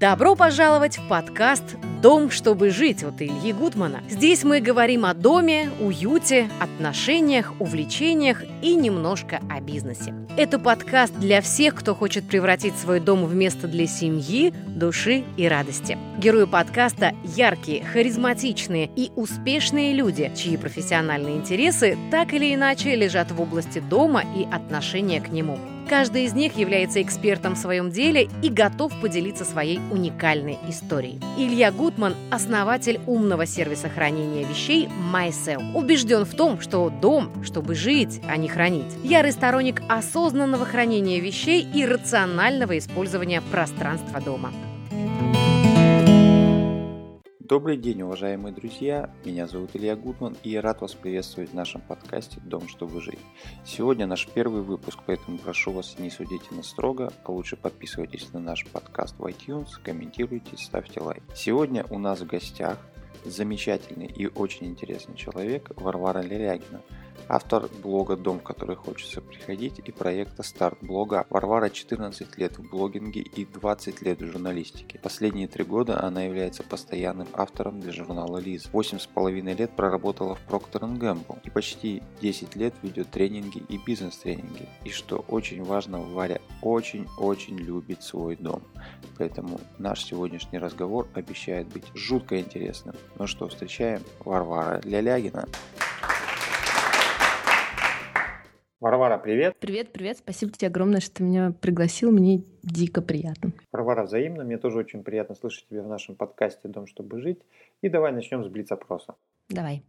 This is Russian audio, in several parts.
Добро пожаловать в подкаст «Дом, чтобы жить» от Ильи Гудмана. Здесь мы говорим о доме, уюте, отношениях, увлечениях и немножко о бизнесе. Это подкаст для всех, кто хочет превратить свой дом в место для семьи, души и радости. Герои подкаста – яркие, харизматичные и успешные люди, чьи профессиональные интересы так или иначе лежат в области дома и отношения к нему. Каждый из них является экспертом в своем деле и готов поделиться своей уникальной историей. Илья Гудман – основатель умного сервиса хранения вещей MySell. Убежден в том, что дом, чтобы жить, а не хранить. Ярый сторонник осознанного хранения вещей и рационального использования пространства дома. Добрый день, уважаемые друзья! Меня зовут Илья Гудман, и я рад вас приветствовать в нашем подкасте «Дом, чтобы жить». Сегодня наш первый выпуск, поэтому прошу вас, не судите нас строго, а лучше подписывайтесь на наш подкаст в iTunes, комментируйте, ставьте лайк. Сегодня у нас в гостях замечательный и очень интересный человек Варвара Лялягина, автор блога «Дом, в который хочется приходить» и проекта «Старт блога». Варвара 14 лет в блогинге и 20 лет в журналистике. Последние 3 года она является постоянным автором для журнала «Лиз». 8,5 лет проработала в Procter & Gamble и почти 10 лет ведет тренинги и бизнес-тренинги. И что очень важно, Варя очень-очень любит свой дом. Поэтому наш сегодняшний разговор обещает быть жутко интересным. Ну что, встречаем Варвара Лялягина. Варвара, привет! Привет, спасибо тебе огромное, что ты меня пригласил, мне дико приятно. Варвара, взаимно, мне тоже очень приятно слышать тебя в нашем подкасте «Дом, чтобы жить». И давай начнем с блиц-опроса. Давай.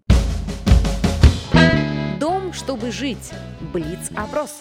Дом, чтобы жить. Блиц-опрос.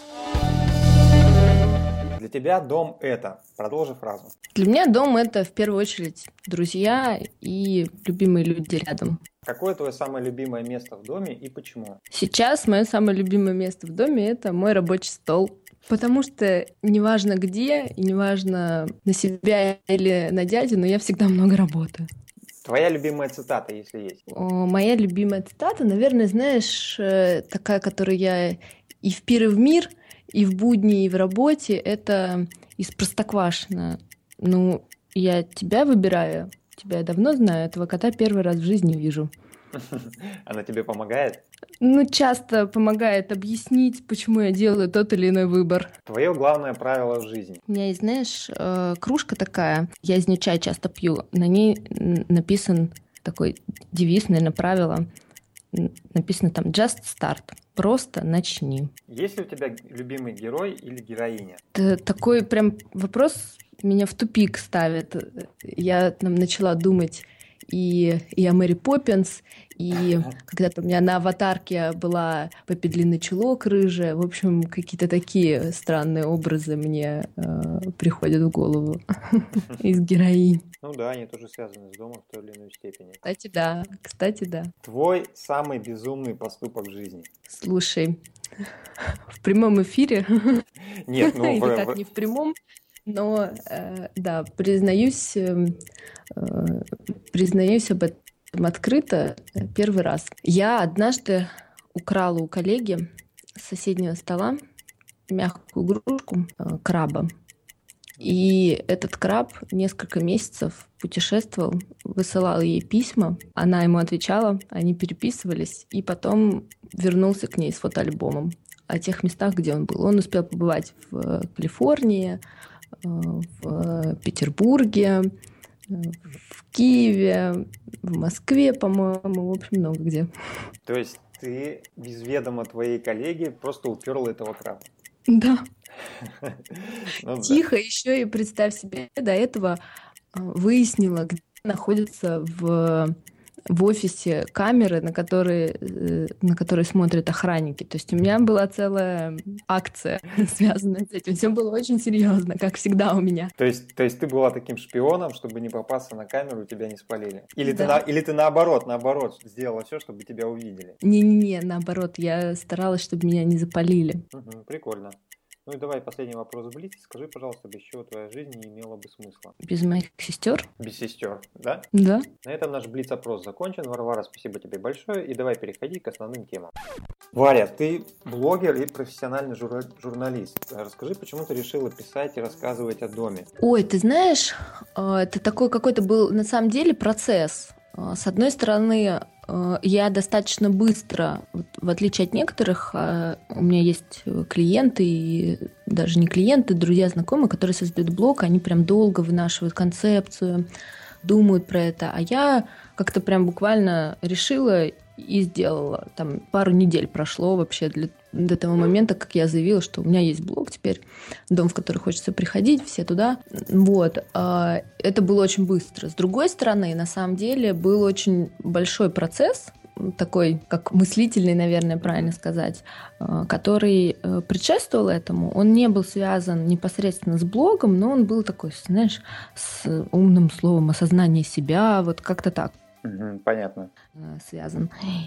Для тебя дом – это… Продолжи фразу. Для меня дом — это в первую очередь друзья и любимые люди рядом. Какое твое самое любимое место в доме и почему? Сейчас мое самое любимое место в доме — это мой рабочий стол. Потому что неважно где, и неважно на себя или на дядю, но я всегда много работаю. Твоя любимая цитата, если есть? Моя любимая цитата, наверное, знаешь, такая, которую я и в пир, и в мир, и в будни, и в работе, это из Простоквашино. Ну, я тебя выбираю, тебя я давно знаю, этого кота первый раз в жизни вижу. Она тебе помогает? Ну, часто помогает объяснить, почему я делаю тот или иной выбор. Твое главное правило в жизни? У меня есть, знаешь, кружка такая, я из нее чай часто пью, на ней написан такой девиз, наверное, правило. Написано там «Just start», просто начни. Есть ли у тебя любимый герой или героиня? Такой прям вопрос меня в тупик ставит. Я там начала думать и о Мэри Поппинс, и когда-то у меня на аватарке была Пеппи Длинный Чулок рыжая. В общем, какие-то такие странные образы мне приходят в голову из героинь. Ну да, они тоже связаны с домом в той или иной степени. Кстати, да. Твой самый безумный поступок в жизни? Слушай, в прямом эфире? Нет, ну... Или как, не в прямом? Но, да, признаюсь об этом открыто первый раз. Я однажды украла у коллеги с соседнего стола мягкую игрушку краба. И этот краб несколько месяцев путешествовал, высылал ей письма, она ему отвечала, они переписывались, и потом вернулся к ней с фотоальбомом о тех местах, где он был. Он успел побывать в Калифорнии, в Петербурге, в Киеве, в Москве, по-моему, в общем, много где. То есть ты без ведома твоей коллеги просто уперла этого краба? Да. Ну, тихо, еще и представь себе, до этого выяснила, где находится в офисе камеры, на которые смотрят охранники. То есть у меня была целая акция, связанная с этим. Все было очень серьезно, как всегда у меня. То есть ты была таким шпионом, чтобы не попасться на камеру, тебя не спалили? Или да. ты наоборот, сделала все, чтобы тебя увидели? Не, наоборот, я старалась, чтобы меня не запалили. Прикольно. Ну и давай последний вопрос в блиц. Скажи, пожалуйста, без чего твоя жизнь не имела бы смысла? Без моих сестер? Без сестер, да? Да. На этом наш блиц-опрос закончен. Варвара, спасибо тебе большое. И давай переходить к основным темам. Варя, ты блогер и профессиональный журналист. Расскажи, почему ты решила писать и рассказывать о доме? Ой, ты знаешь, это такой какой-то был на самом деле процесс. С одной стороны, я достаточно быстро, в отличие от некоторых, у меня есть клиенты, и даже не клиенты, друзья, знакомые, которые создают блог, они прям долго вынашивают концепцию, думают про это, а я как-то прям буквально решила и сделала. Там пару недель прошло вообще до того момента, как я заявила, что у меня есть блог теперь, дом, в который хочется приходить, все туда. Вот. Это было очень быстро. С другой стороны, на самом деле, был очень большой процесс, такой, как мыслительный, наверное, правильно сказать, который предшествовал этому. Он не был связан непосредственно с блогом, но он был такой, знаешь, с умным словом осознание себя, вот как-то так. Понятно. Связан.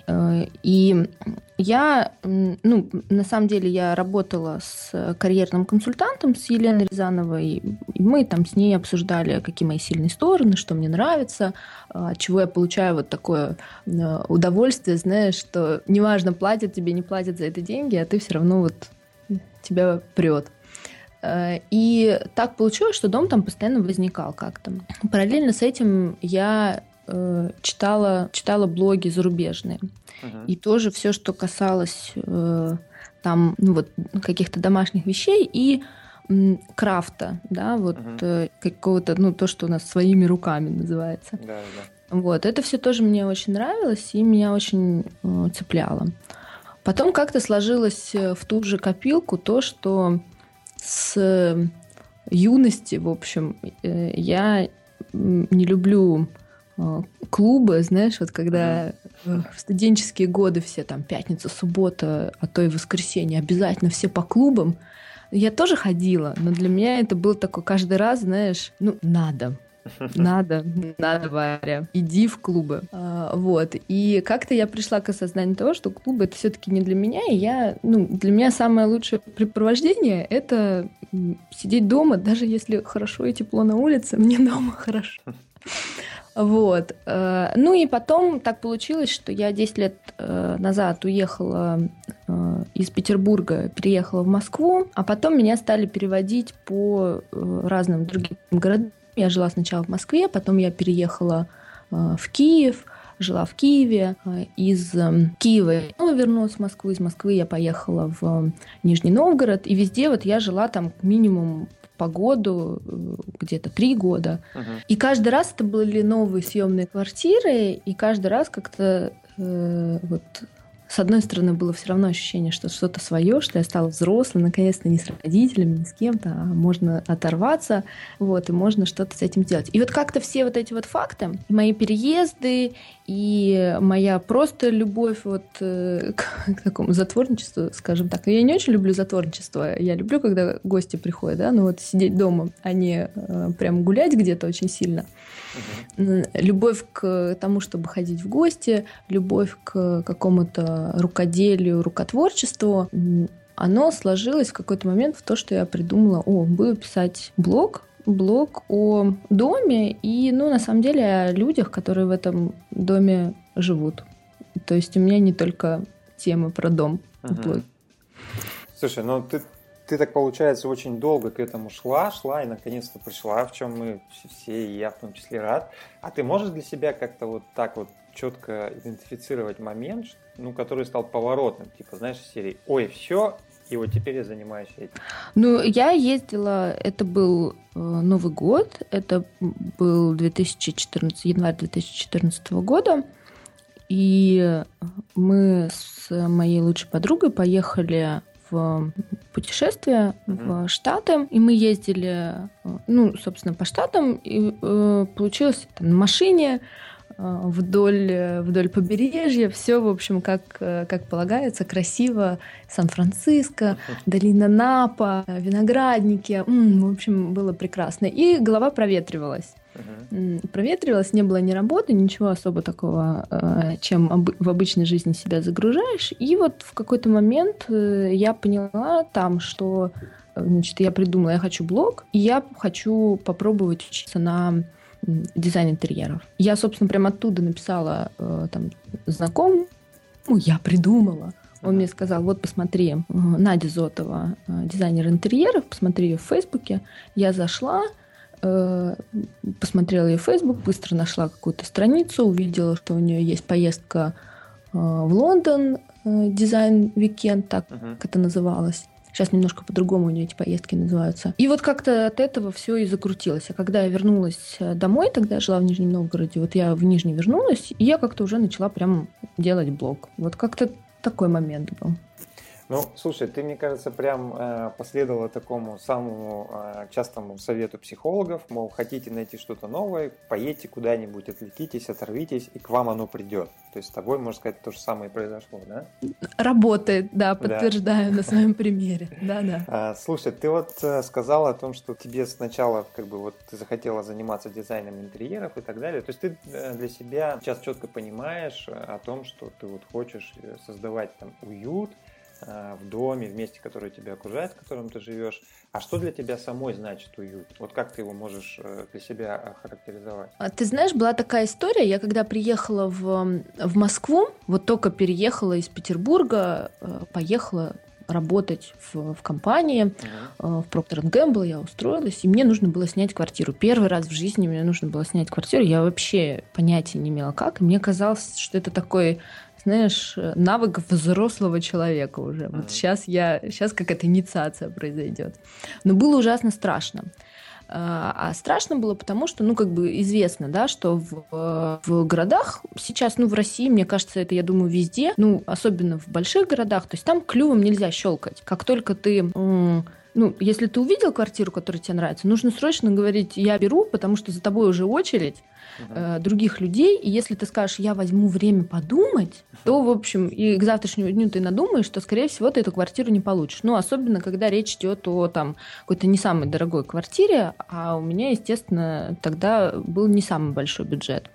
И я, на самом деле, я работала с карьерным консультантом, с Еленой Рязановой, и мы там с ней обсуждали, какие мои сильные стороны, что мне нравится, от чего я получаю вот такое удовольствие, знаешь, что неважно, платят тебе, не платят за это деньги, а ты все равно вот тебя прет. И так получилось, что дом там постоянно возникал как-то. Параллельно с этим я читала блоги зарубежные. И тоже все, что касалось там каких-то домашних вещей и крафта, да, вот какого-то, то, что у нас своими руками называется. Да. Вот, это все тоже мне очень нравилось и меня очень цепляло. Потом как-то сложилось в ту же копилку то, что с юности, в общем, я не люблю клубы, знаешь, вот когда в студенческие годы все там пятница, суббота, а то и воскресенье, обязательно все по клубам. Я тоже ходила, но для меня это был такой каждый раз, знаешь, надо, Варя, иди в клубы. Вот. И как-то я пришла к осознанию того, что клубы это все-таки не для меня, и для меня самое лучшее препровождение это сидеть дома, даже если хорошо и тепло на улице, мне дома хорошо. Вот. И потом так получилось, что я 10 лет назад уехала из Петербурга, переехала в Москву, а потом меня стали переводить по разным другим городам. Я жила сначала в Москве, потом я переехала в Киев, жила в Киеве. Из Киева я снова вернулась в Москву, из Москвы я поехала в Нижний Новгород, и везде вот я жила там минимум по году, где-то 3 года. И каждый раз это были новые съемные квартиры, и каждый раз как-то с одной стороны было все равно ощущение, что что-то свое, что я стала взрослой, наконец-то не с родителями, не с кем-то, а можно оторваться, и можно что-то с этим сделать. И вот как-то все вот эти вот факты, мои переезды, и моя просто любовь к такому затворничеству, скажем так. Я не очень люблю затворничество. Я люблю, когда гости приходят, да, сидеть дома, а не прям гулять где-то очень сильно. Любовь к тому, чтобы ходить в гости, любовь к какому-то рукоделию, рукотворчеству, оно сложилось в какой-то момент в то, что я придумала, буду писать блог о доме и, на самом деле, о людях, которые в этом доме живут. То есть у меня не только тема про дом в блоге. Слушай, ты так, получается, очень долго к этому шла и наконец-то пришла, в чем мы все, и я в том числе рад. А ты можешь для себя как-то вот так вот четко идентифицировать момент, который стал поворотным, типа, знаешь, из серии «Ой, все», и вот теперь я занимаюсь этим? Я ездила, это был Новый год, это был январь 2014 года, и мы с моей лучшей подругой поехали в путешествие в Штаты, и мы ездили, собственно, по Штатам, и получилось на машине вдоль побережья, все, в общем, как полагается, красиво, Сан-Франциско, долина Напа, виноградники, в общем, было прекрасно. И голова проветривалась. Проветривалась, не было ни работы, ничего особо такого, чем в обычной жизни себя загружаешь. И вот в какой-то момент я поняла там, что значит, я придумала, я хочу блог, и я хочу попробовать учиться на дизайн интерьеров. Я, собственно, прямо оттуда написала там знакомому, я придумала. Он мне сказал, вот посмотри, Надя Зотова, дизайнер интерьеров, посмотри ее в Фейсбуке. Я зашла, посмотрела ее в Фейсбук, быстро нашла какую-то страницу, увидела, что у нее есть поездка в Лондон, дизайн-викенд, так это называлось. Сейчас немножко по-другому у нее эти поездки называются. И вот как-то от этого все и закрутилось. А когда я вернулась домой, тогда я жила в Нижнем Новгороде, вот я в Нижний вернулась, и я как-то уже начала прям делать блог. Вот как-то такой момент был. Ну, слушай, ты, мне кажется, прям последовала такому самому частому совету психологов, мол, хотите найти что-то новое, поедьте куда-нибудь, отвлекитесь, оторвитесь, и к вам оно придет. То есть с тобой, можно сказать, то же самое и произошло, да? Работает, да, подтверждаю на своем примере. Да. Слушай, ты вот сказала о том, что тебе сначала, как бы, вот ты захотела заниматься дизайном интерьеров и так далее. То есть ты для себя сейчас четко понимаешь о том, что ты вот хочешь создавать там уют в доме, в месте, которое тебя окружает, в котором ты живешь. А что для тебя самой значит уют? Вот как ты его можешь для себя охарактеризовать? Ты знаешь, была такая история, я когда приехала в Москву, вот только переехала из Петербурга, поехала работать в компании, в Procter & Gamble я устроилась, и мне нужно было снять квартиру. Первый раз в жизни мне нужно было снять квартиру, я вообще понятия не имела как, и мне казалось, что это такой, знаешь, навык взрослого человека уже. Вот сейчас какая-то инициация произойдет. Но было ужасно страшно. А страшно было потому, что, известно, да, что в городах сейчас, в России, мне кажется, это, я думаю, везде, особенно в больших городах, то есть там клювом нельзя щелкать. Как только ты... если ты увидел квартиру, которая тебе нравится, нужно срочно говорить «я беру», потому что за тобой уже очередь других людей, и если ты скажешь «я возьму время подумать», то, в общем, и к завтрашнему дню ты надумаешь, что, скорее всего, ты эту квартиру не получишь. Особенно, когда речь идет о какой-то не самой дорогой квартире, а у меня, естественно, тогда был не самый большой бюджет.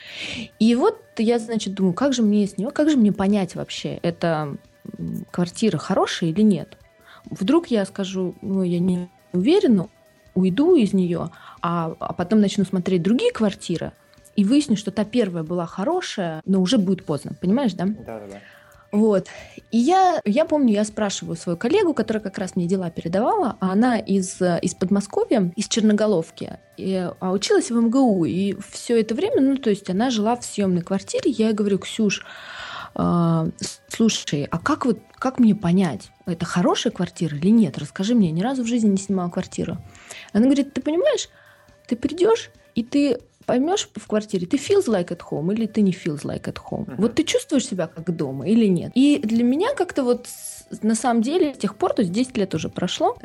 И вот я, думаю, как же мне понять вообще, эта квартира хорошая или нет? Вдруг я скажу, я не уверена, уйду из нее, а потом начну смотреть другие квартиры и выясню, что та первая была хорошая, но уже будет поздно, понимаешь, да? Да. Вот. И я помню, я спрашиваю свою коллегу, которая как раз мне дела передавала, а она из Подмосковья, из Черноголовки, а училась в МГУ, и все это время, то есть она жила в съемной квартире, я ей говорю: Ксюш, слушай, а как мне понять, это хорошая квартира или нет? Расскажи мне, я ни разу в жизни не снимала квартиру. Она говорит: ты понимаешь, ты придешь и ты поймешь в квартире, ты feels like at home или ты не feels like at home. Вот ты чувствуешь себя как дома или нет? И для меня как-то на самом деле с тех пор, то есть 10 лет уже прошло,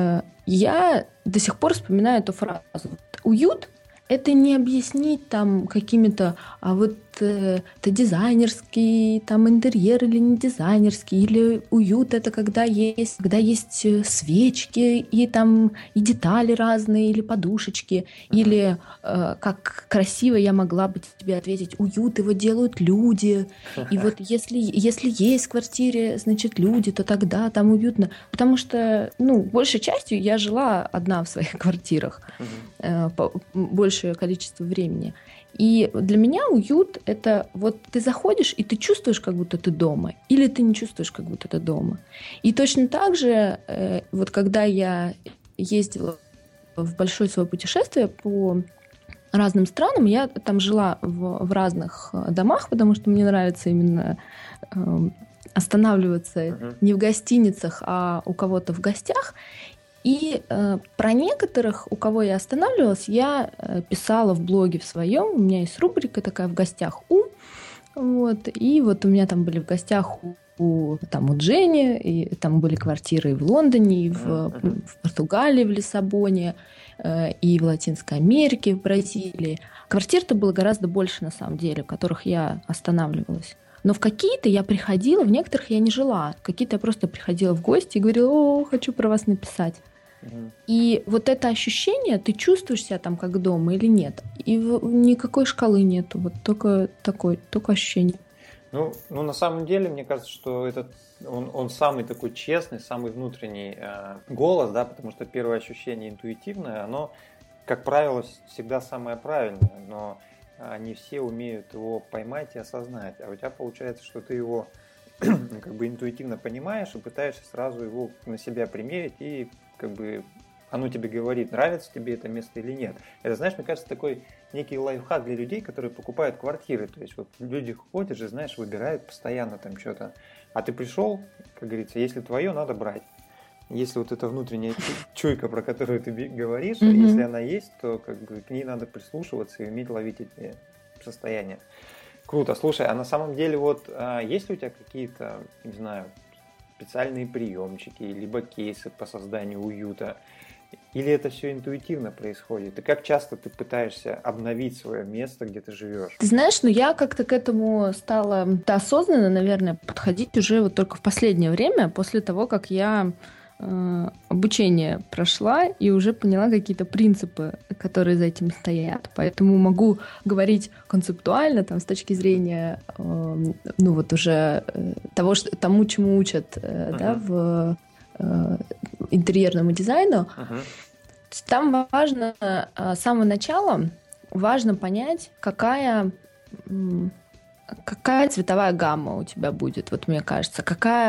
я до сих пор вспоминаю эту фразу. Уют — это не объяснить какими-то, это дизайнерский интерьер или не дизайнерский, или уют — это когда есть свечки и и детали разные, или подушечки, или как красиво я могла бы тебе ответить: уют его делают люди, и вот если есть в квартире, значит, люди, то тогда там уютно, потому что, большей частью я жила одна в своих квартирах большее количество времени. И для меня уют — это ты заходишь, и ты чувствуешь, как будто ты дома, или ты не чувствуешь, как будто ты дома. И точно так же, когда я ездила в большое свое путешествие по разным странам, я там жила в разных домах, потому что мне нравится именно останавливаться не в гостиницах, а у кого-то в гостях. И про некоторых, у кого я останавливалась, я писала в блоге в своем. У меня есть рубрика такая «В гостях у». И у меня там были в гостях у Дженни, и там были квартиры и в Лондоне, и в Португалии, в Лиссабоне, и в Латинской Америке, в Бразилии. Квартир-то было гораздо больше, на самом деле, в которых я останавливалась. Но в какие-то я приходила, в некоторых я не жила. В какие-то я просто приходила в гости и говорила: хочу про вас написать. И это ощущение, ты чувствуешь себя там как дома или нет. И никакой шкалы нету, только ощущение. Ну, на самом деле, мне кажется, что он самый такой честный, самый внутренний голос, да, потому что первое ощущение интуитивное, оно, как правило, всегда самое правильное, но не все умеют его поймать и осознать. А у тебя получается, что ты его как бы интуитивно понимаешь и пытаешься сразу его на себя примерить, и как бы оно тебе говорит, нравится тебе это место или нет. Это, знаешь, мне кажется, такой некий лайфхак для людей, которые покупают квартиры. То есть вот люди ходят же, знаешь, выбирают постоянно там что-то. А ты пришел, как говорится, если твое, надо брать. Если вот эта внутренняя чуйка, про которую ты говоришь, если она есть, то как бы к ней надо прислушиваться и уметь ловить эти состояния. Круто. Слушай, а на самом деле вот есть ли у тебя какие-то, не знаю, специальные приемчики, либо кейсы по созданию уюта? Или это все интуитивно происходит? И как часто ты пытаешься обновить свое место, где ты живешь? Ты знаешь, я как-то к этому стала осознанно, наверное, подходить уже вот только в последнее время, после того, как я обучение прошла и уже поняла какие-то принципы, которые за этим стоят. Поэтому могу говорить концептуально, там, с точки зрения уже тому, чему учат да, в интерьерному дизайну. Там важно с самого начала понять, какая цветовая гамма у тебя будет, вот мне кажется,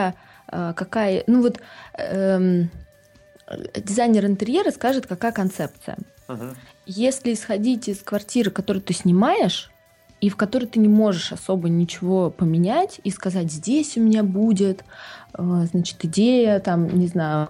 дизайнер интерьера скажет, какая концепция. Если исходить из квартиры, которую ты снимаешь, и в которой ты не можешь особо ничего поменять, и сказать, здесь у меня будет, значит, идея, там, не знаю,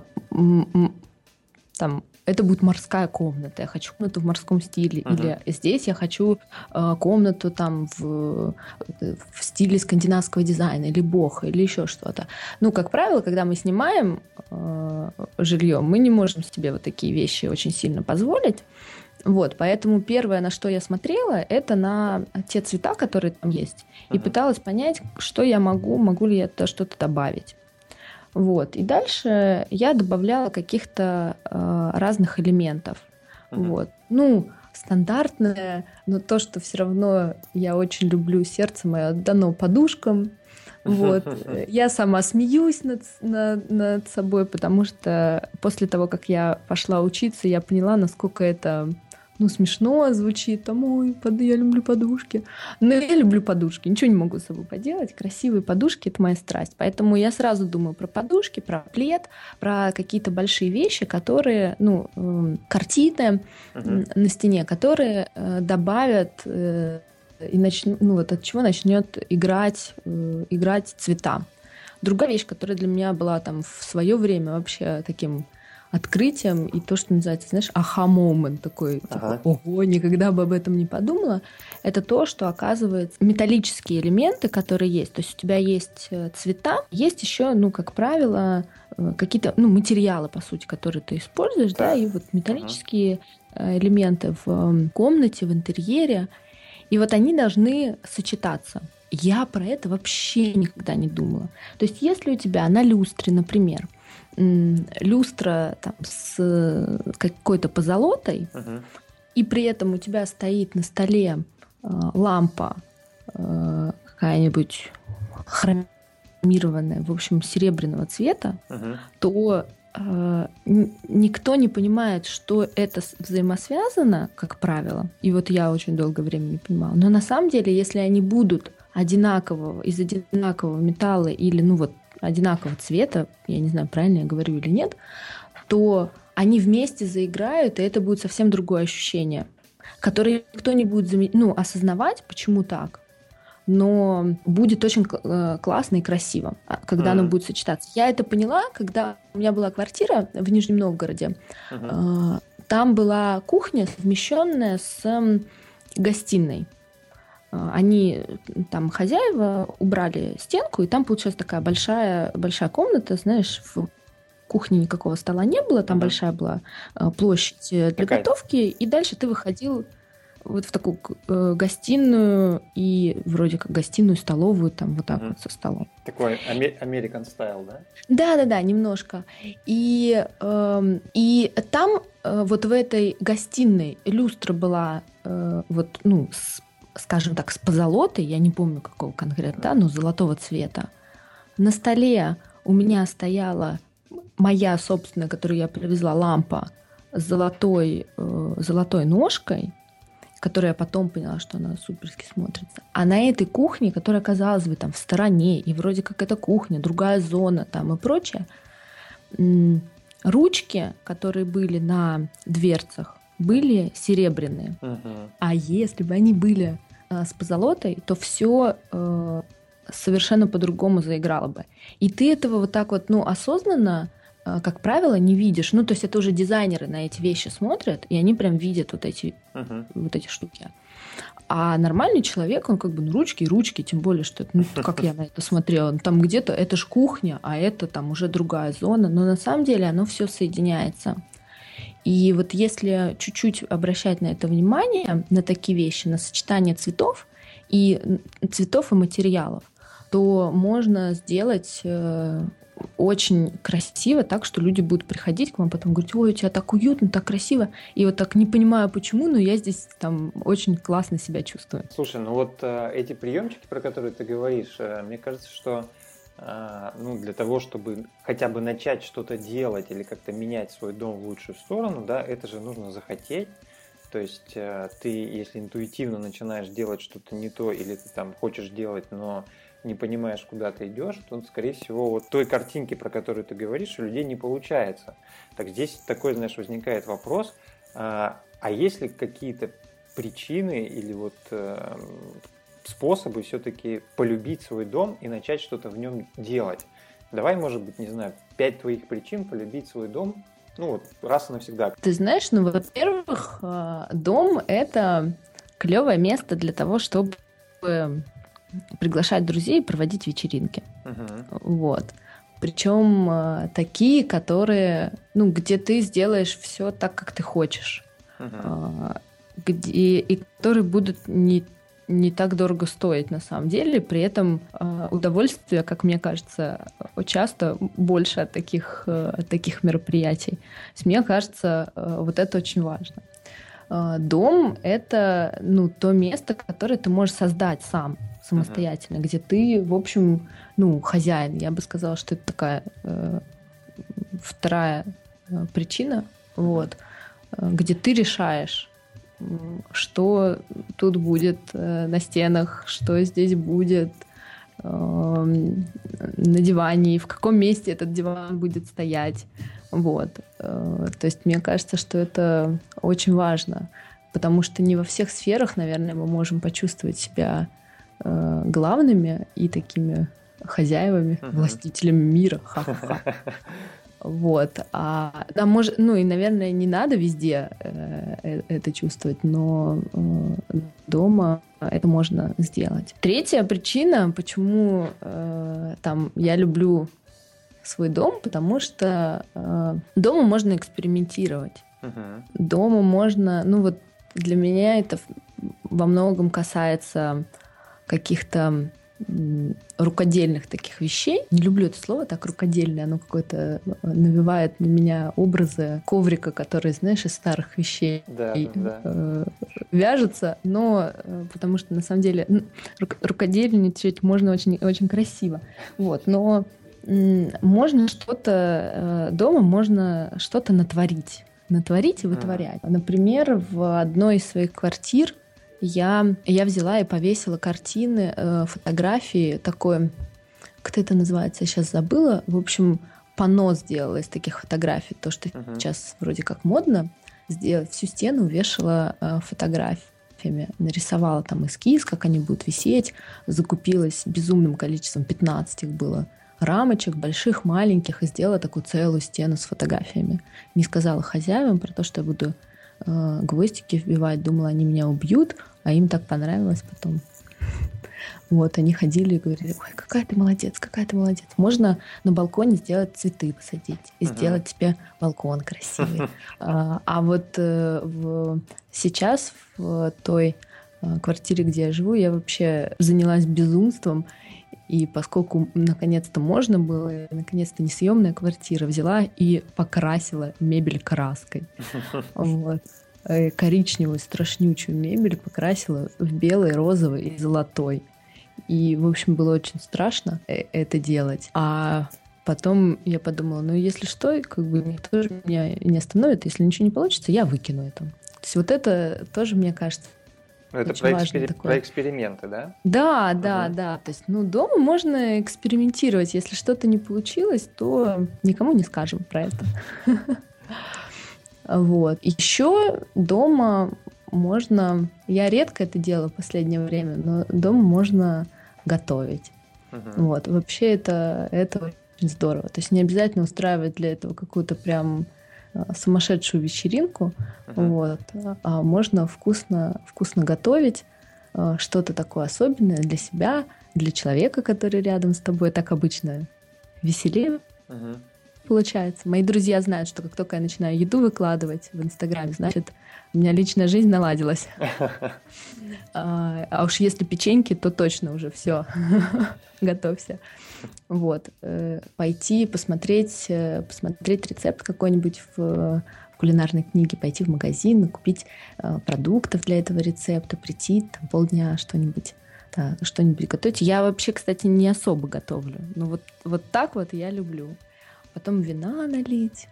там, это будет морская комната, я хочу комнату в морском стиле, или здесь я хочу комнату там в стиле скандинавского дизайна, или бохо, или еще что-то. Ну, как правило, когда мы снимаем жилье, мы не можем себе вот такие вещи очень сильно позволить. Вот, поэтому первое, на что я смотрела, это на те цвета, которые там есть, и пыталась понять, что я могу ли я туда что-то добавить. Вот. И дальше я добавляла каких-то разных элементов. Вот. Ну, стандартное, но то, что все равно я очень люблю, сердце мое отдано подушкам. Вот. Я сама смеюсь над собой, потому что после того, как я пошла учиться, я поняла, насколько это смешно звучит, там, ой, я люблю подушки. Но я люблю подушки, ничего не могу с собой поделать. Красивые подушки — это моя страсть. Поэтому я сразу думаю про подушки, про плед, про какие-то большие вещи, которые, картины на стене, которые добавят и от чего начнет играть цвета. Другая вещь, которая для меня была там в свое время вообще таким открытием, и то, что называется, знаешь, аха-момент такой, типа, ого, никогда бы об этом не подумала, это то, что, оказывается, металлические элементы, которые есть, то есть у тебя есть цвета, есть еще, как правило, какие-то, материалы, по сути, которые ты используешь, да, и вот металлические элементы в комнате, в интерьере, и вот они должны сочетаться. Я про это вообще никогда не думала. То есть если у тебя на люстре, например, люстра там, с какой-то позолотой, и при этом у тебя стоит на столе лампа какая-нибудь хромированная, в общем, серебряного цвета, то никто не понимает, что это взаимосвязано, как правило. И вот я очень долгое время не понимала. Но на самом деле, если они будут из одинакового металла или, одинакового цвета, я не знаю, правильно я говорю или нет, то они вместе заиграют, и это будет совсем другое ощущение, которое никто не будет осознавать, почему так, но будет очень классно и красиво, когда оно будет сочетаться. Я это поняла, когда у меня была квартира в Нижнем Новгороде. Там была кухня, совмещенная с гостиной. Они, там, хозяева убрали стенку, и там получилась такая большая комната, знаешь, в кухне никакого стола не было, там большая была площадь для готовки, и дальше ты выходил вот в такую гостиную и вроде как гостиную, столовую, там вот так вот со столом. Такой American style, да? Да, немножко. И там вот в этой гостиной люстра была с скажем так, с позолотой, я не помню какого конкретно, да, но золотого цвета. На столе у меня стояла моя собственная, которую я привезла, лампа с золотой ножкой, которая я потом поняла, что она суперски смотрится. А на этой кухне, которая, казалось бы, там в стороне, и вроде как это кухня, другая зона там и прочее, ручки, которые были на дверцах, были серебряные. А если бы они были с позолотой, то все совершенно по-другому заиграло бы. И ты этого вот так вот, осознанно, как правило, не видишь. То есть это уже дизайнеры на эти вещи смотрят, и они прям видят вот эти штуки. А нормальный человек, он как бы, ручки и ручки, тем более, что как я на это смотрела, там где-то это ж кухня, а это там уже другая зона. Но на самом деле оно все соединяется. И вот если чуть-чуть обращать на это внимание, на такие вещи, на сочетание цветов и материалов, то можно сделать очень красиво, так что люди будут приходить к вам, потом говорить: ой, у тебя так уютно, так красиво. И вот так не понимаю почему, но я здесь там очень классно себя чувствую. Слушай, эти приемчики, про которые ты говоришь, мне кажется, что для того, чтобы хотя бы начать что-то делать или как-то менять свой дом в лучшую сторону, да, это же нужно захотеть. То есть ты, если интуитивно начинаешь делать что-то не то, или ты там хочешь делать, но не понимаешь, куда ты идешь, то, скорее всего, вот той картинки, про которую ты говоришь, у людей не получается. Так здесь такой, возникает вопрос, а есть ли какие-то причины или способы все-таки полюбить свой дом и начать что-то в нем делать? Давай, может быть, 5 твоих причин полюбить свой дом, раз и навсегда. Ты знаешь, во-первых, дом – это клевое место для того, чтобы приглашать друзей и проводить вечеринки. Вот. Причем такие, которые, где ты сделаешь все так, как ты хочешь. И которые будут не так дорого стоить на самом деле. При этом удовольствие, как мне кажется, часто больше от таких мероприятий. То есть, мне кажется, вот это очень важно. Дом — это то место, которое ты можешь создать сам, самостоятельно, где ты, в общем, хозяин. Я бы сказала, что это такая вторая причина, где ты решаешь, что тут будет на стенах, что здесь будет на диване, и в каком месте этот диван будет стоять. То есть мне кажется, что это очень важно, потому что не во всех сферах, наверное, мы можем почувствовать себя главными и такими хозяевами, властителями мира. Ха-ха-ха. И, наверное, не надо везде это чувствовать, но дома это можно сделать. Третья причина, почему я люблю свой дом, потому что дома можно экспериментировать. Дома можно, для меня это во многом касается каких-то рукодельных таких вещей. Не люблю это слово, так рукодельное, оно какое-то навевает на меня образы коврика, который, знаешь, из старых вещей вяжется, но потому что на самом деле рукодельничать можно очень, очень красиво. Но можно что-то дома, можно что-то натворить и вытворять. Например, в одной из своих квартир я взяла и повесила картины, фотографии, такое, как это называется, я сейчас забыла. В общем, панно сделала из таких фотографий, то, что сейчас вроде как модно, сделать всю стену, вешала фотографиями, нарисовала там эскиз, как они будут висеть, закупилась безумным количеством, 15 их было, рамочек, больших, маленьких, и сделала такую целую стену с фотографиями. Не сказала хозяевам про то, что я буду гвоздики вбивать, думала, они меня убьют, а им так понравилось потом. Они ходили и говорили: ой, какая ты молодец. Можно на балконе сделать цветы, посадить и сделать тебе балкон красивый. Сейчас в той квартире, где я живу, я вообще занялась безумством. И поскольку наконец-то можно было, наконец-то несъемная квартира, взяла и покрасила мебель краской. коричневую страшнючую мебель покрасила в белый, розовый и золотой. И, в общем, было очень страшно это делать. А потом я подумала, ну, если что, как бы никто же меня не остановит. Если ничего не получится, я выкину это. То есть вот это тоже, мне кажется, это про эксперименты, да? Да. То есть, дома можно экспериментировать. Если что-то не получилось, то никому не скажем про это. Вот. Еще дома можно... Я редко это делаю в последнее время, но дома можно готовить. Вот. Вообще это очень здорово. То есть не обязательно устраивать для этого какую-то прям сумасшедшую вечеринку, вот, а можно вкусно готовить что-то такое особенное для себя, для человека, который рядом с тобой. Так обычно веселее получается. Мои друзья знают, что как только я начинаю еду выкладывать в Инстаграме, значит, у меня личная жизнь наладилась. А уж если печеньки, то точно уже все. Готовься. Вот. Пойти посмотреть рецепт какой-нибудь в кулинарной книге, пойти в магазин, купить продуктов для этого рецепта, прийти там полдня что-нибудь готовить. Я вообще, кстати, не особо готовлю. Но вот так вот я люблю. Потом вина налить.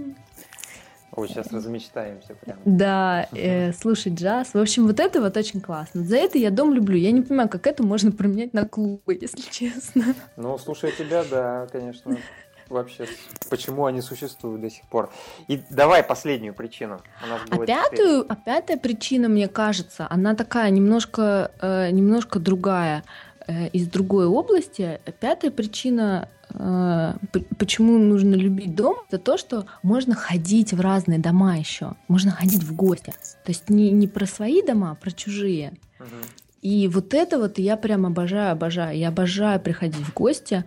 Ой, сейчас размечтаемся прям. Да, слушать джаз. В общем, вот это вот очень классно. За это я дом люблю. Я не понимаю, как это можно променять на клубы, если честно. Ну, слушая тебя, да, конечно. Вообще, почему они существуют до сих пор. И давай последнюю причину. Пятая причина, мне кажется, она такая немножко другая, из другой области. Пятая причина, почему нужно любить дом, это то, что можно ходить в разные дома еще. Можно ходить в гости. То есть не про свои дома, а про чужие. И вот это вот я прям обожаю. Я обожаю приходить в гости.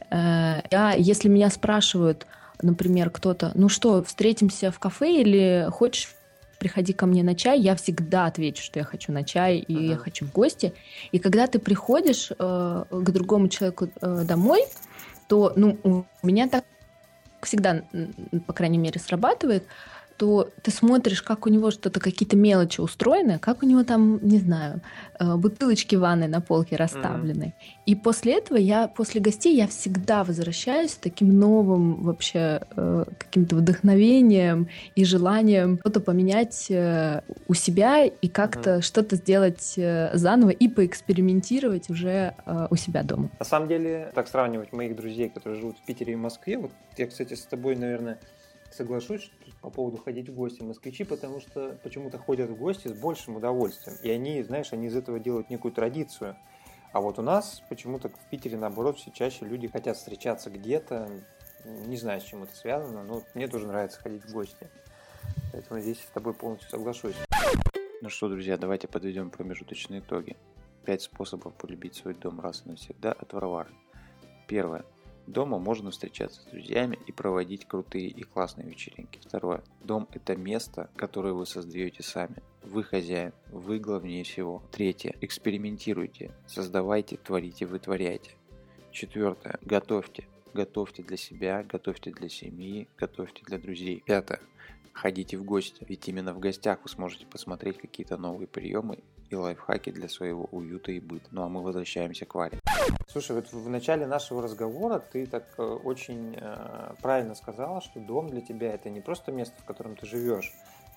Если меня спрашивают, например, кто-то, ну что, встретимся в кафе или хочешь приходи ко мне на чай, я всегда отвечу, что я хочу на чай и я хочу в гости. И когда ты приходишь к другому человеку домой, то у меня так всегда, по крайней мере, срабатывает, то ты смотришь, как у него что-то, какие-то мелочи устроены, как у него там, не знаю, бутылочки ванны на полке расставлены. И после этого после гостей я всегда возвращаюсь с таким новым вообще каким-то вдохновением и желанием что-то поменять у себя и как-то что-то сделать заново и поэкспериментировать уже у себя дома. На самом деле, так сравнивать моих друзей, которые живут в Питере и Москве, вот я, кстати, с тобой, наверное, соглашусь по поводу ходить в гости. Москвичи, потому что почему-то ходят в гости с большим удовольствием. И они, знаешь, они из этого делают некую традицию. А вот у нас почему-то в Питере, наоборот, все чаще люди хотят встречаться где-то. Не знаю, с чем это связано, но мне тоже нравится ходить в гости. Поэтому здесь с тобой полностью соглашусь. Ну что, друзья, давайте подведем промежуточные итоги. 5 способов полюбить свой дом раз и навсегда от Варвары. Первое. Дома можно встречаться с друзьями и проводить крутые и классные вечеринки. Второе. Дом – это место, которое вы создаете сами. Вы хозяин, вы главнее всего. Третье. Экспериментируйте, создавайте, творите, вытворяйте. Четвертое. Готовьте. Готовьте для себя, готовьте для семьи, готовьте для друзей. Пятое. Ходите в гости, ведь именно в гостях вы сможете посмотреть какие-то новые приемы и лайфхаки для своего уюта и быта. Ну а мы возвращаемся к Варе. Слушай, вот в начале нашего разговора ты так очень правильно сказала, что дом для тебя это не просто место, в котором ты живешь,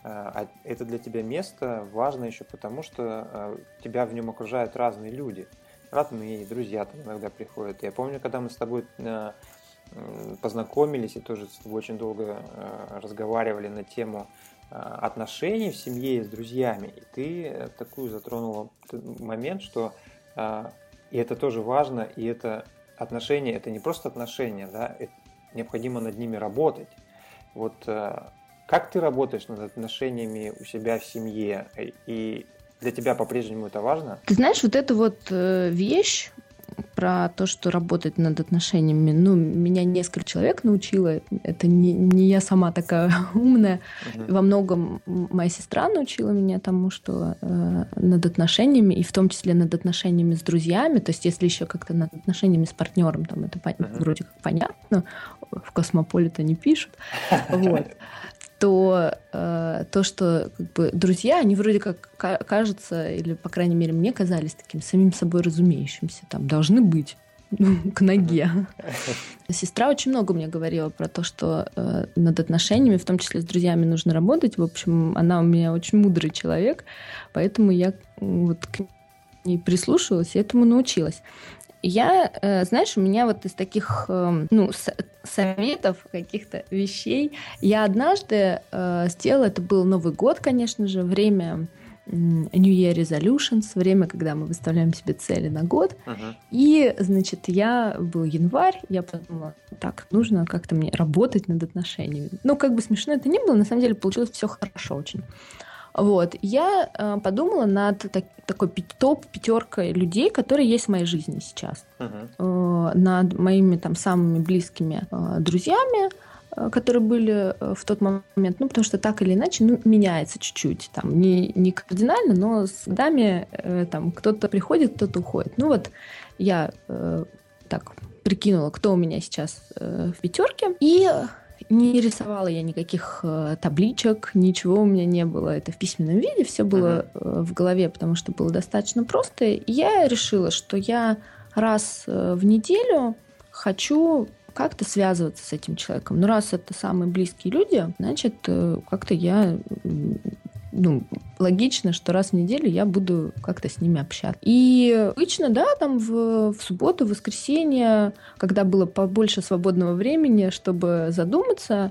а это для тебя место важно еще потому, что тебя в нем окружают разные люди. Родные, друзья там иногда приходят. Я помню, когда мы с тобой познакомились и тоже с тобой очень долго разговаривали на тему отношений в семье и с друзьями. И ты такую затронула момент, что и это тоже важно, и это отношения, это не просто отношения, да, необходимо над ними работать. Вот как ты работаешь над отношениями у себя в семье, и для тебя по-прежнему это важно? Ты знаешь, вот эта вот вещь про то, что работать над отношениями, меня несколько человек научило, это не я сама такая умная, во многом моя сестра научила меня тому, что над отношениями, и в том числе над отношениями с друзьями, то есть если еще как-то над отношениями с партнером, там это вроде как понятно, в Космополите не пишут, вот. то что как бы друзья, они вроде как кажутся, или, по крайней мере, мне казались таким самим собой разумеющимся, там, должны быть к ноге. Сестра очень много мне говорила про то, что над отношениями, в том числе с друзьями, нужно работать. В общем, она у меня очень мудрый человек, поэтому я вот к ней прислушивалась и этому научилась. Я, знаешь, у меня вот из таких советов, каких-то вещей, я однажды сделала, это был Новый год, конечно же, время New Year Resolutions, время, когда мы выставляем себе цели на год. И, значит, был январь, я подумала, так, нужно как-то мне работать над отношениями. Ну, как бы смешно это ни было, на самом деле получилось все хорошо очень. Вот, я подумала над такой топ-5 людей, которые есть в моей жизни сейчас. Над моими там самыми близкими друзьями, которые были в тот момент, потому что так или иначе, меняется чуть-чуть, там, не кардинально, но с годами там кто-то приходит, кто-то уходит. Ну вот я так прикинула, кто у меня сейчас в 5, и не рисовала я никаких табличек, ничего у меня не было. Это в письменном виде, все было в голове, потому что было достаточно просто. И я решила, что я раз в неделю хочу как-то связываться с этим человеком. Но раз это самые близкие люди, значит, как-то я... логично, что раз в неделю я буду как-то с ними общаться. И обычно, да, там в субботу, в воскресенье, когда было побольше свободного времени, чтобы задуматься,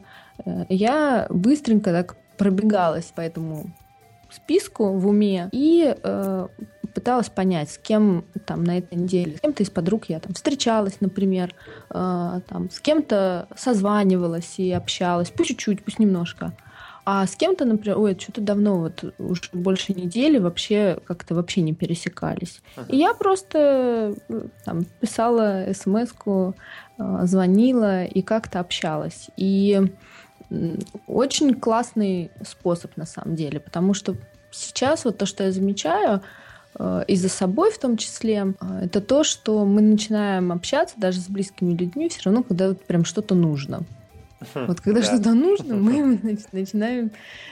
я быстренько так пробегалась по этому списку в уме и пыталась понять, с кем там на этой неделе, с кем-то из подруг я там встречалась, например, там, с кем-то созванивалась и общалась, пусть чуть-чуть, пусть немножко. А с кем-то, например, что-то давно, вот уже больше недели вообще как-то вообще не пересекались. И я просто там писала смс-ку, звонила и как-то общалась. И очень классный способ на самом деле, потому что сейчас вот то, что я замечаю, и за собой в том числе, это то, что мы начинаем общаться даже с близкими людьми все равно, когда вот прям что-то нужно. Вот когда что-то нужно, мы начинаем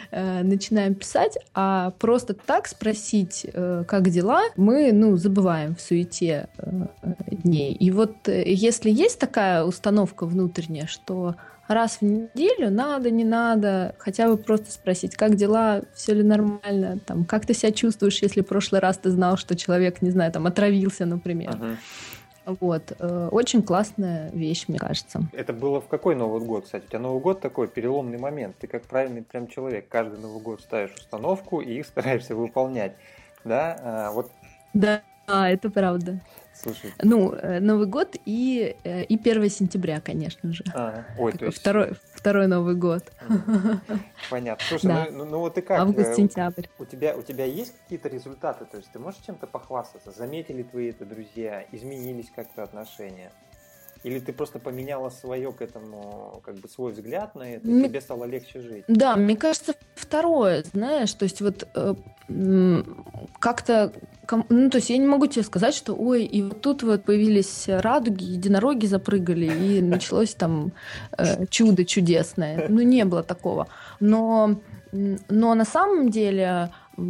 писать, а просто так спросить, как дела, мы забываем в суете дней. И вот если есть такая установка внутренняя, что раз в неделю надо, не надо, хотя бы просто спросить, как дела, все ли нормально, там, как ты себя чувствуешь, если в прошлый раз ты знал, что человек, не знаю, там, отравился, например. Вот. Очень классная вещь, мне кажется. Это было в какой Новый год, кстати? У тебя Новый год такой переломный момент. Ты как правильный прям человек. Каждый Новый год ставишь установку и их стараешься выполнять. Да? Да, это правда. Слушай. Новый год и 1 сентября, конечно же. То есть... Второй Новый год. Понятно. Слушай, да. Вот и как? Август-сентябрь. У тебя есть какие-то результаты? То есть ты можешь чем-то похвастаться? Заметили твои это друзья? Изменились как-то отношения? Или ты просто поменяла свое к этому, как бы свой взгляд на это, и тебе стало легче жить? Да, мне кажется, второе, знаешь, то есть вот как-то, то есть я не могу тебе сказать, что ой, и вот тут вот появились радуги, единороги запрыгали, и началось там чудо чудесное. Не было такого. Но на самом деле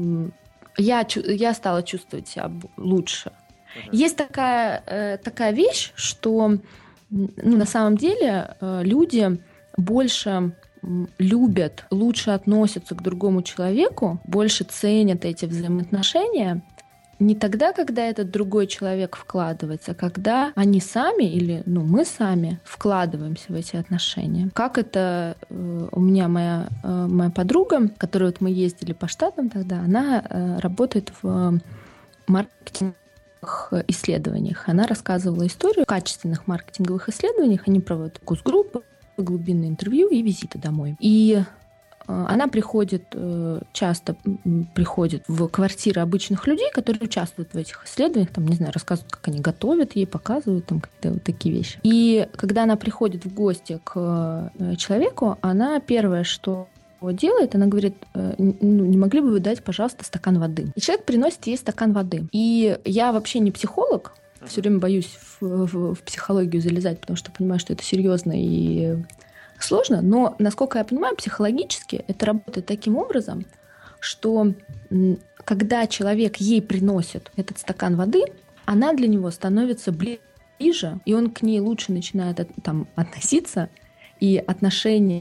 я стала чувствовать себя лучше. Есть такая вещь, что на самом деле люди больше любят, лучше относятся к другому человеку, больше ценят эти взаимоотношения не тогда, когда этот другой человек вкладывается, а когда они сами или мы сами вкладываемся в эти отношения. Как это у меня моя подруга, которой вот мы ездили по штатам тогда, она работает в маркетинге, исследованиях. Она рассказывала историю о качественных маркетинговых исследованиях. Они проводят фокус-группы, глубинные интервью и визиты домой. И она часто приходит в квартиры обычных людей, которые участвуют в этих исследованиях, там, не знаю, рассказывают, как они готовят, ей показывают там какие-то вот такие вещи. И когда она приходит в гости к человеку, она первое, что делает, она говорит, не могли бы вы дать, пожалуйста, стакан воды. И человек приносит ей стакан воды. И я вообще не психолог, все время боюсь в психологию залезать, потому что понимаю, что это серьезно и сложно, но, насколько я понимаю, психологически это работает таким образом, что когда человек ей приносит этот стакан воды, она для него становится ближе, и он к ней лучше начинает относиться, и отношения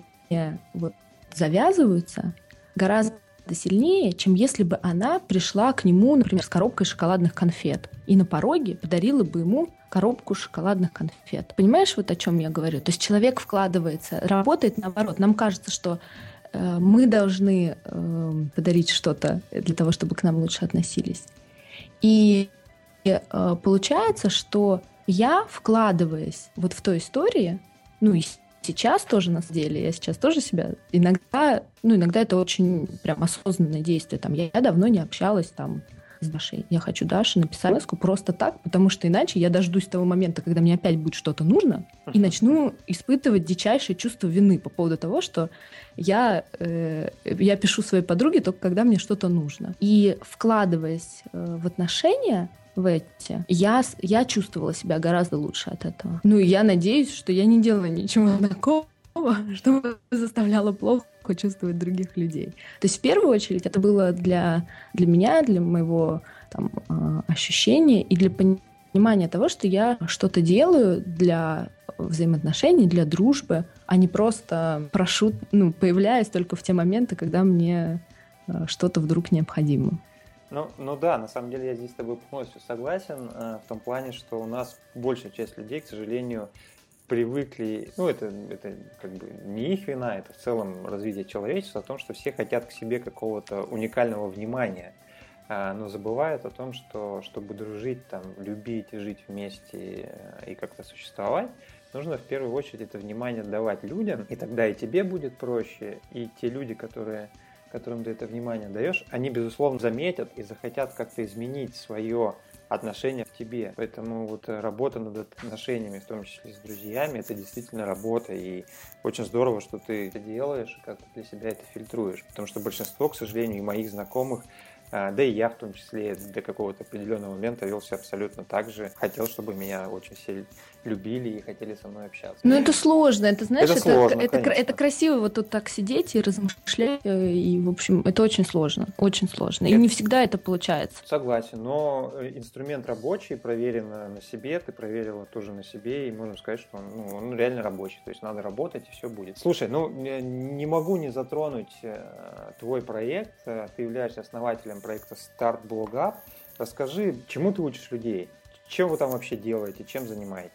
завязываются гораздо сильнее, чем если бы она пришла к нему, например, с коробкой шоколадных конфет и на пороге подарила бы ему коробку шоколадных конфет. Понимаешь, о чем я говорю? То есть человек вкладывается, работает наоборот. Нам кажется, что мы должны подарить что-то для того, чтобы к нам лучше относились. И получается, что я, вкладываясь в той истории, и сейчас тоже на самом деле, я сейчас тоже себя иногда это очень прям осознанное действие. Я давно не общалась с Дашей. Я хочу Даше написать смс-ку просто так, потому что иначе я дождусь того момента, когда мне опять будет что-то нужно, и начну испытывать дичайшее чувство вины по поводу того, что я пишу своей подруге только когда мне что-то нужно. И вкладываясь в отношения, я чувствовала себя гораздо лучше от этого. И я надеюсь, что я не делала ничего такого, что заставляло плохо чувствовать других людей. То есть в первую очередь это было для меня, для моего ощущения и для понимания того, что я что-то делаю для взаимоотношений, для дружбы, а не просто прошу, появляясь только в те моменты, когда мне что-то вдруг необходимо. Ну да, на самом деле я здесь с тобой полностью согласен в том плане, что у нас большая часть людей, к сожалению, привыкли, это не их вина, это в целом развитие человечества, о том, что все хотят к себе какого-то уникального внимания, но забывают о том, что чтобы дружить, любить, жить вместе и как-то существовать, нужно в первую очередь это внимание давать людям, и тогда и тебе будет проще, и те люди, которым ты это внимание даешь, они, безусловно, заметят и захотят как-то изменить свое отношение к тебе. Поэтому работа над отношениями, в том числе с друзьями, это действительно работа. И очень здорово, что ты это делаешь, как ты для себя это фильтруешь. Потому что большинство, к сожалению, и моих знакомых, да и я в том числе до какого-то определенного момента вел себя абсолютно так же. Хотел, чтобы меня очень сильно любили и хотели со мной общаться. Это сложно, это, знаешь, это красиво тут так сидеть и размышлять, и, в общем, это очень сложно, и не всегда это получается. Согласен, но инструмент рабочий, проверен на себе, ты проверила тоже на себе, и можно сказать, что он реально рабочий, то есть надо работать, и все будет. Слушай, не могу не затронуть твой проект, ты являешься основателем проекта Start Blog Up. Расскажи, чему ты учишь людей? Чем вы там вообще делаете? Чем занимаетесь?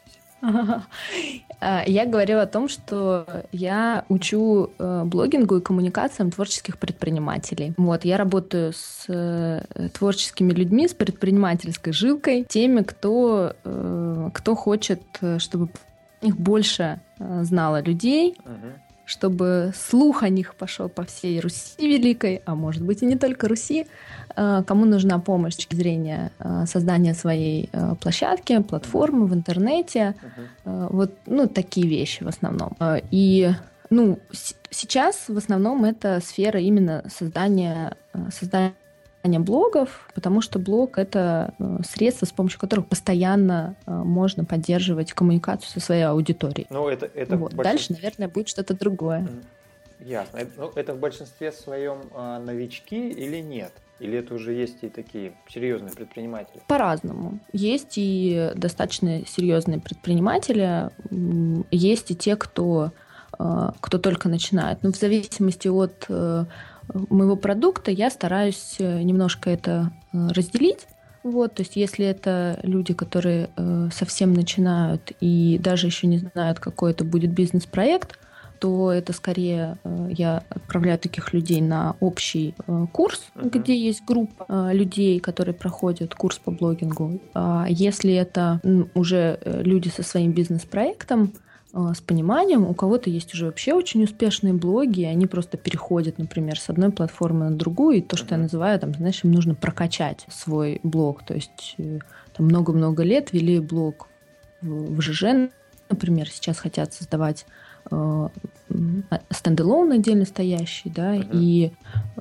Я говорю о том, что я учу блогингу и коммуникациям творческих предпринимателей. Я работаю с творческими людьми, с предпринимательской жилкой, теми, кто хочет, чтобы о них больше знало людей, чтобы слух о них пошел по всей Руси великой, а может быть и не только Руси, кому нужна помощь с точки зрения создания своей площадки, платформы в интернете, такие вещи в основном. И сейчас в основном это сфера именно создания блогов, потому что блог — это средство, с помощью которых постоянно можно поддерживать коммуникацию со своей аудиторией. Дальше, наверное, будет что-то другое. Ясно. Это в большинстве своем новички или нет? Или это уже есть и такие серьезные предприниматели? По-разному. Есть и достаточно серьезные предприниматели, есть и те, кто только начинает. Но в зависимости от моего продукта я стараюсь немножко это разделить. То есть если это люди, которые совсем начинают и даже еще не знают, какой это будет бизнес-проект, то это скорее я отправляю таких людей на общий курс, где есть группа людей, которые проходят курс по блогингу. А если это уже люди со своим бизнес-проектом, с пониманием, у кого-то есть уже вообще очень успешные блоги, и они просто переходят, например, с одной платформы на другую, и то, что я называю, им нужно прокачать свой блог. То есть много-много лет вели блог в ЖЖ, например, сейчас хотят создавать стендалон отдельно стоящий, да, и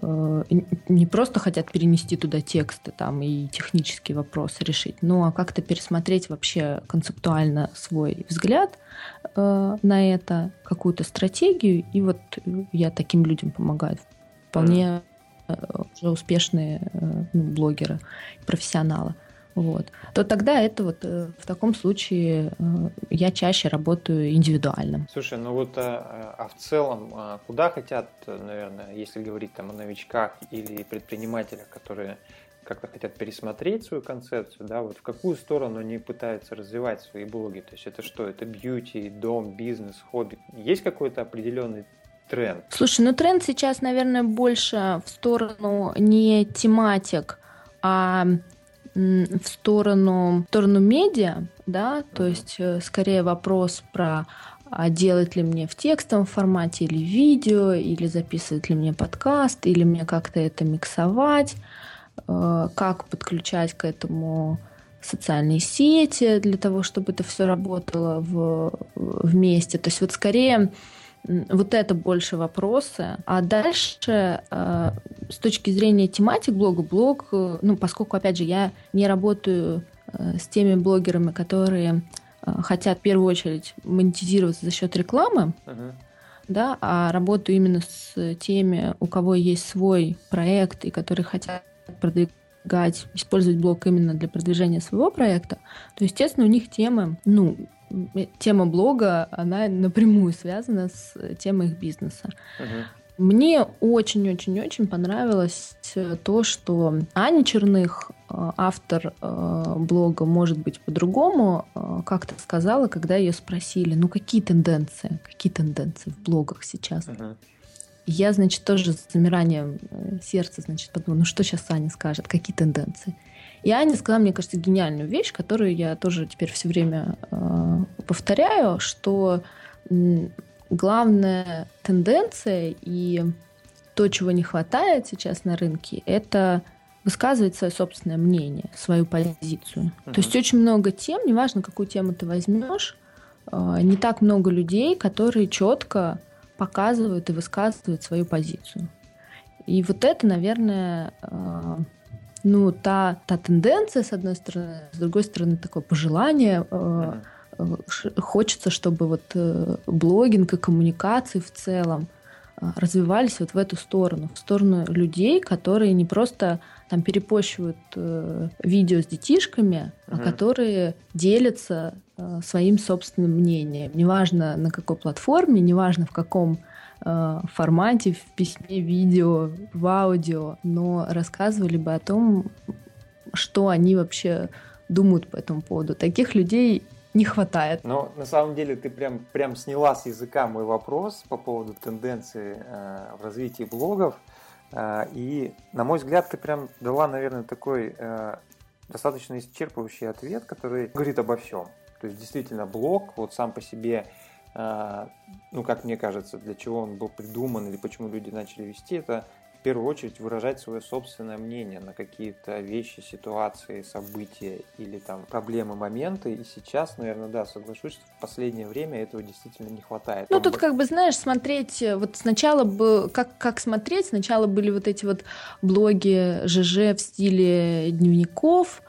не просто хотят перенести туда тексты там и технические вопросы решить, но как-то пересмотреть вообще концептуально свой взгляд на это, какую-то стратегию, и вот я таким людям помогаю. Вполне уже успешные блогеры, профессионалы. Вот. То тогда это вот в таком случае я чаще работаю индивидуально. Слушай, ну вот в целом, куда хотят, наверное, если говорить там о новичках или предпринимателях, которые как-то хотят пересмотреть свою концепцию, да, вот в какую сторону они пытаются развивать свои блоги? То есть это что? Это бьюти, дом, бизнес, хобби? Есть какой-то определенный тренд? Слушай, ну тренд сейчас, наверное, больше в сторону не тематик, а в сторону медиа, да, то есть скорее вопрос про делать ли мне в текстовом формате или видео, или записывать ли мне подкаст, или мне как-то это миксовать, как подключать к этому социальные сети для того, чтобы это все работало вместе. То есть вот скорее вот это больше вопросы. А дальше, с точки зрения тематик блог, ну, поскольку, опять же, я не работаю с теми блогерами, которые хотят в первую очередь монетизироваться за счет рекламы, да, а работаю именно с теми, у кого есть свой проект и которые хотят продвигать, использовать блог именно для продвижения своего проекта, то, естественно, у них тема блога, она напрямую связана с темой их бизнеса. Мне очень-очень-очень понравилось то, что Аня Черных, автор блога «Может быть по-другому», как-то сказала, когда ее спросили, ну какие тенденции в блогах сейчас? Я, значит, тоже с замиранием сердца, значит, подумала, ну что сейчас Аня скажет, какие тенденции? И Аня сказала, мне кажется, гениальную вещь, которую я тоже теперь все время повторяю, что главная тенденция и то, чего не хватает сейчас на рынке, это высказывать свое собственное мнение, свою позицию. То есть очень много тем, неважно, какую тему ты возьмешь, не так много людей, которые четко показывают и высказывают свою позицию. И вот это, наверное, та тенденция, с одной стороны, с другой стороны, такое пожелание. Хочется, чтобы вот блогинг и коммуникации в целом развивались вот в эту сторону, в сторону людей, которые не просто там перепощивают видео с детишками, а которые делятся своим собственным мнением. Неважно, на какой платформе, неважно, в каком формате, в письме, видео, в аудио, но рассказывали бы о том, что они вообще думают по этому поводу. Таких людей не хватает. Но на самом деле ты прям сняла с языка мой вопрос по поводу тенденции в развитии блогов. И, на мой взгляд, ты прям дала, наверное, такой достаточно исчерпывающий ответ, который говорит обо всем. То есть, действительно, блог вот сам по себе, как мне кажется, для чего он был придуман или почему люди начали вести, это в первую очередь выражать свое собственное мнение на какие-то вещи, ситуации, события или там проблемы, моменты. И сейчас, наверное, да, соглашусь, что в последнее время этого действительно не хватает. Ну, тут как бы, знаешь, смотреть, вот сначала бы, как смотреть, сначала были вот эти вот блоги ЖЖ в стиле дневников,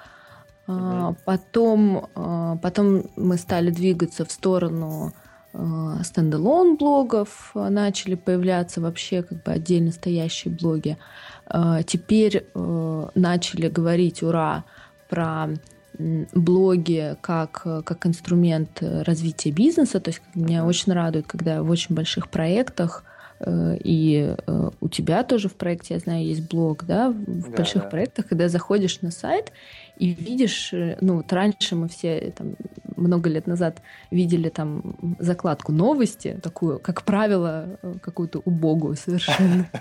потом мы стали двигаться в сторону стендалон блогов, начали появляться вообще как бы отдельно стоящие блоги. Теперь начали говорить ура про блоги как инструмент развития бизнеса. То есть меня очень радует, когда в очень больших проектах, и у тебя тоже в проекте, я знаю, есть блог, да, в больших проектах, когда заходишь на сайт и видишь, вот раньше мы все там много лет назад видели там закладку новости, такую, как правило, какую-то убогую совершенно.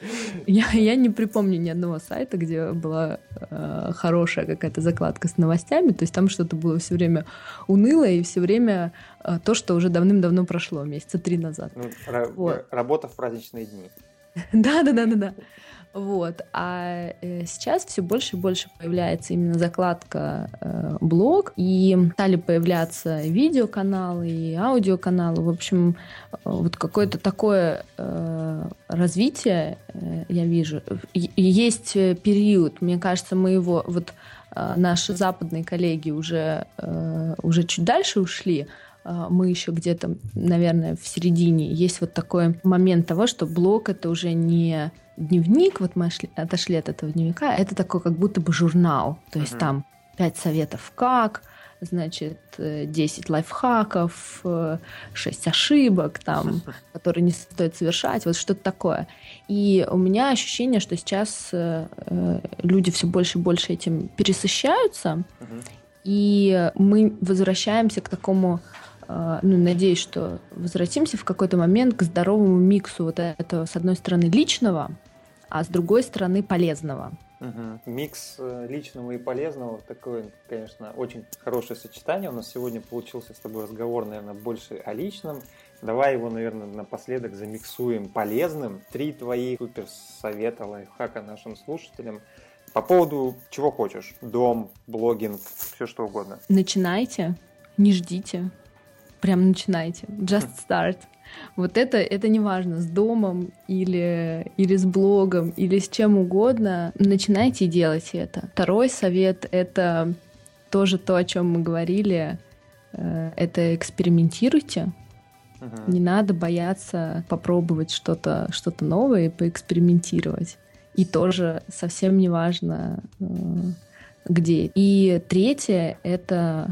Я не припомню ни одного сайта, где была хорошая какая-то закладка с новостями, то есть там что-то было все время унылое и все время то, что уже давным-давно прошло, месяца 3 назад. Работа в праздничные дни. Да. Вот. А сейчас все больше и больше появляется именно закладка блог, и стали появляться видеоканалы и аудиоканалы. В общем, вот какое-то такое развитие я вижу. И есть период, мне кажется, мы его... Вот наши западные коллеги уже чуть дальше ушли, мы еще где-то, наверное, в середине. Есть вот такой момент того, что блог — это уже не дневник, вот мы отошли от этого дневника, это такой как будто бы журнал. То есть там 5 советов как, значит, 10 лайфхаков, 6 ошибок, там, которые не стоит совершать, вот что-то такое. И у меня ощущение, что сейчас люди все больше и больше этим пересыщаются, и мы возвращаемся к такому, надеюсь, что возвратимся в какой-то момент к здоровому миксу вот этого, с одной стороны, личного, а с другой стороны, полезного. Микс личного и полезного, такое, конечно, очень хорошее сочетание. У нас сегодня получился с тобой разговор, наверное, больше о личном. Давай его, наверное, напоследок замиксуем полезным. 3 твоих супер совета, лайфхака нашим слушателям по поводу чего хочешь. Дом, блогинг, все что угодно. Начинайте, не ждите. Прям начинайте. Just start. Вот это не важно, с домом или с блогом, или с чем угодно. Начинайте и делайте это. Второй совет — это тоже то, о чем мы говорили. Это экспериментируйте. Не надо бояться попробовать что-то новое и поэкспериментировать. И тоже совсем не важно, где. И третье — это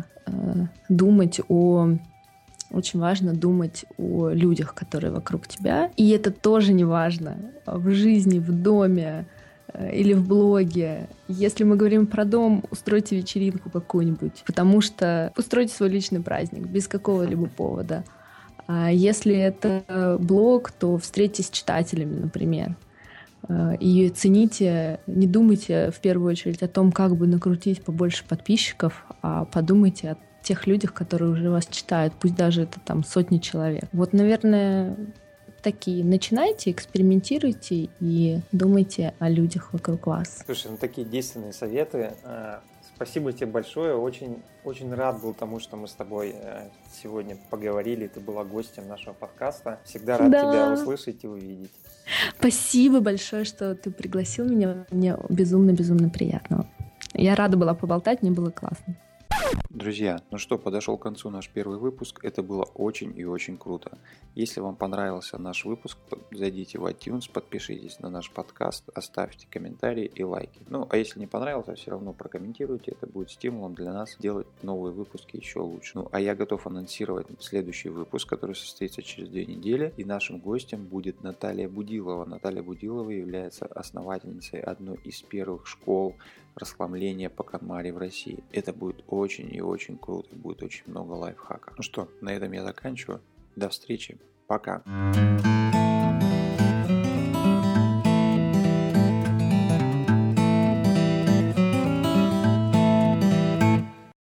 очень важно думать о людях, которые вокруг тебя. И это тоже не важно в жизни, в доме или в блоге. Если мы говорим про дом, устройте вечеринку какую-нибудь, потому что устройте свой личный праздник без какого-либо повода. А если это блог, то встретитесь с читателями, например. И цените, не думайте в первую очередь о том, как бы накрутить побольше подписчиков, а подумайте о тех людях, которые уже вас читают, пусть даже это там сотни человек. Вот, наверное, такие. Начинайте, экспериментируйте и думайте о людях вокруг вас. Слушай, такие действенные советы. Спасибо тебе большое. Очень, очень рад был тому, что мы с тобой сегодня поговорили. Ты была гостем нашего подкаста. Всегда рад тебя услышать и увидеть. Спасибо большое, что ты пригласил меня. Мне безумно приятно. Я рада была поболтать, мне было классно. Друзья, ну что, подошел к концу наш первый выпуск. Это было очень и очень круто. Если вам понравился наш выпуск, то зайдите в iTunes, подпишитесь на наш подкаст, оставьте комментарии и лайки. Ну, а если не понравился, все равно прокомментируйте. Это будет стимулом для нас делать новые выпуски еще лучше. Ну, а я готов анонсировать следующий выпуск, который состоится через 2 недели. И нашим гостем будет Наталья Будилова. Наталья Будилова является основательницей одной из первых школ расхламления по KonMari в России. Это будет очень и очень круто. Будет очень много лайфхаков. Ну что, на этом я заканчиваю. До встречи. Пока.